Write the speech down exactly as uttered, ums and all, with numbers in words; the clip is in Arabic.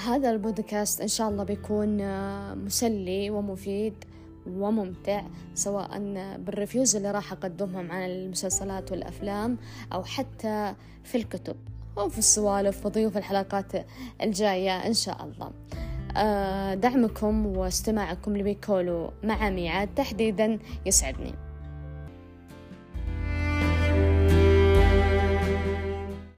هذا البودكاست إن شاء الله بيكون مسلي ومفيد وممتع، سواء بالريفيوز اللي راح أقدمهم عن المسلسلات والأفلام أو حتى في الكتب أو في السوالف وضيوف الحلقات الجاية إن شاء الله. دعمكم واستماعكم لبيكولو مع ميعاد تحديدا يسعدني.